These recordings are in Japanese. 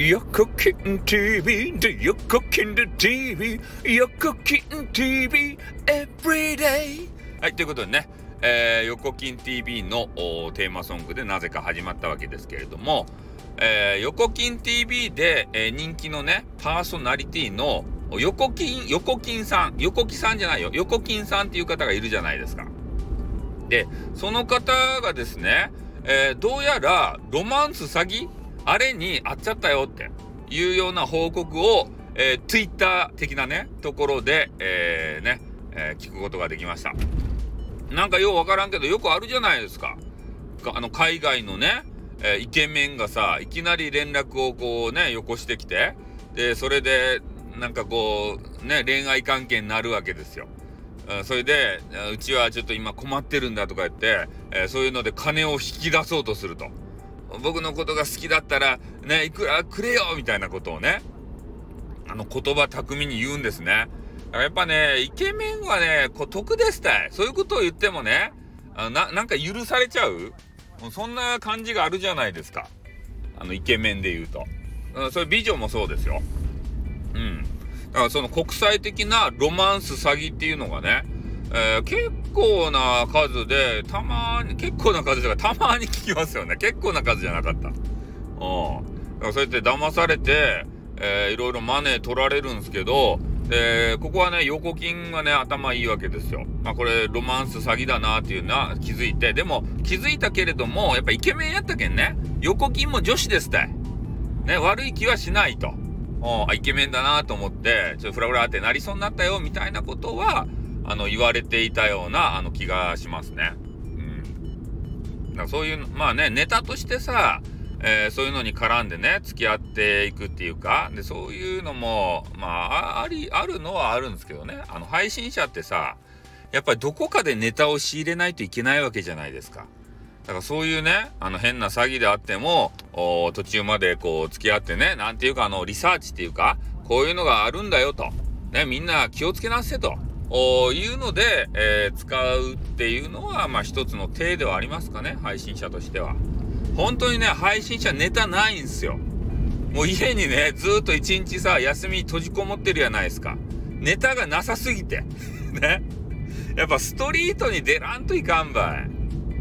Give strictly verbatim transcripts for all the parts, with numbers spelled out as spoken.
横金 ティーブイ で横金で ティーブイ 横金 ティーブイ everyday。 はい、ということでね、えー、横金 ティーブイ のテーマソングでなぜか始まったわけですけれども、えー、横金 ティーブイ で、えー、人気のねパーソナリティの横金横金さん横木さんじゃないよ横金さんっていう方がいるじゃないですか。でその方がですね、えー、どうやらロマンス詐欺あれに会っちゃったよっていうような報告を、えー、Twitter 的なねところで、えー、ね、えー、聞くことができました。なんかようわからんけどよくあるじゃないですか。あの海外のね、えー、イケメンがさいきなり連絡をこうねよこしてきて、でそれでなんかこうね恋愛関係になるわけですよ。それでうちはちょっと今困ってるんだとか言って、えー、そういうので金を引き出そうとすると、僕のことが好きだったらねいくらくれよみたいなことをねあの言葉巧みに言うんですね。やっぱねイケメンはねこう得ですたい。そういうことを言ってもねあの な, なんか許されちゃうそんな感じがあるじゃないですか。あのイケメンで言うと、うん、それ美女もそうですよ。うんだからその国際的なロマンス詐欺っていうのがね、えー、結構な数でたまに結構な数だからたまに聞きますよね。結構な数じゃなかった。うん。だからそうやって騙されて、えー、いろいろマネー取られるんですけど、でここはね横金がね頭いいわけですよ。まあこれロマンス詐欺だなっていうのは気づいて、でも気づいたけれどもやっぱイケメンやったけんね横金も女子ですたい。ね悪い気はしないと。あイケメンだなと思ってちょっとフラフラってなりそうになったよみたいなことはあの言われていたようなあの気がしますね。うん、だからそういうまあねネタとしてさ、えー、そういうのに絡んでね付き合っていくっていうかでそういうのもまあありあるのはあるんですけどね、あの配信者ってさやっぱりどこかでネタを仕入れないといけないわけじゃないですか。だからそういうねあの変な詐欺であっても途中までこう付き合ってねなんていうかあのリサーチっていうかこういうのがあるんだよとねみんな気をつけなせというので、えー、使うっていうのはまあ一つの手ではありますかね。配信者としては本当にね配信者ネタないんすよ。もう家にねずっと一日さ休み閉じこもってるやないですか。ネタがなさすぎてねやっぱストリートに出らんといかんばい。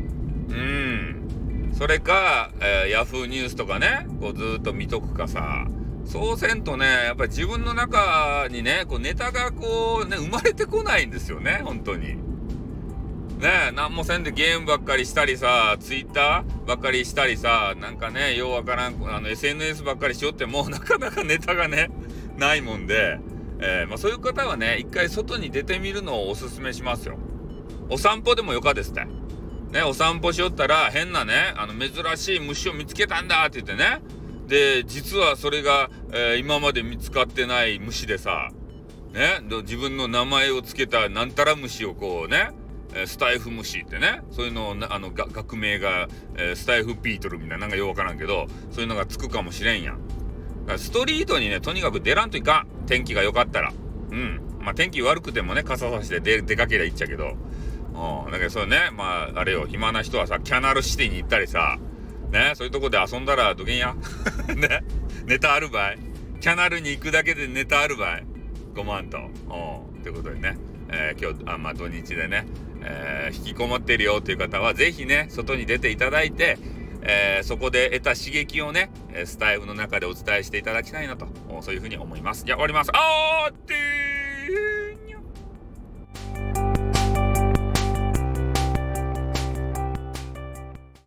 うんそれか、えー、ヤフーニュースとかねこうずっと見とくかさ、そうせんとねやっぱり自分の中にねこうネタがこうね生まれてこないんですよね本当にね。なんもせんでゲームばっかりしたりさツイッターばっかりしたりさなんかねようわからんあの エスエヌエス ばっかりしよってもなかなかネタがねないもんで、えーまあ、そういう方はね一回外に出てみるのをおすすめしますよ。お散歩でもよかですってね、お散歩しよったら変なねあの珍しい虫を見つけたんだって言ってね、で実はそれが、えー、今まで見つかってない虫でさね自分の名前をつけたなんたら虫をこうねスタイフ虫ってねそういうのをあのが学名が、えー、スタイフビートルみたいななんかようわからんけどそういうのがつくかもしれんやん。だからストリートにねとにかく出らんといかん。天気が良かったらうんまあ天気悪くてもね傘さして出出かけりゃいいっちゃけどうん、だけどそれねまああれよ暇な人はさキャナルシティに行ったりさねそういうとこで遊んだらどげんやねネタあるばい。キャナルに行くだけでネタあるばいごまんと。うんということでね、えー、今日あまあ土日でね、えー、引きこもってるよっていう方はぜひね外に出ていただいて、えー、そこで得た刺激をねスタイフの中でお伝えしていただきたいなとそういうふうに思います。じゃあ終わります。あーってー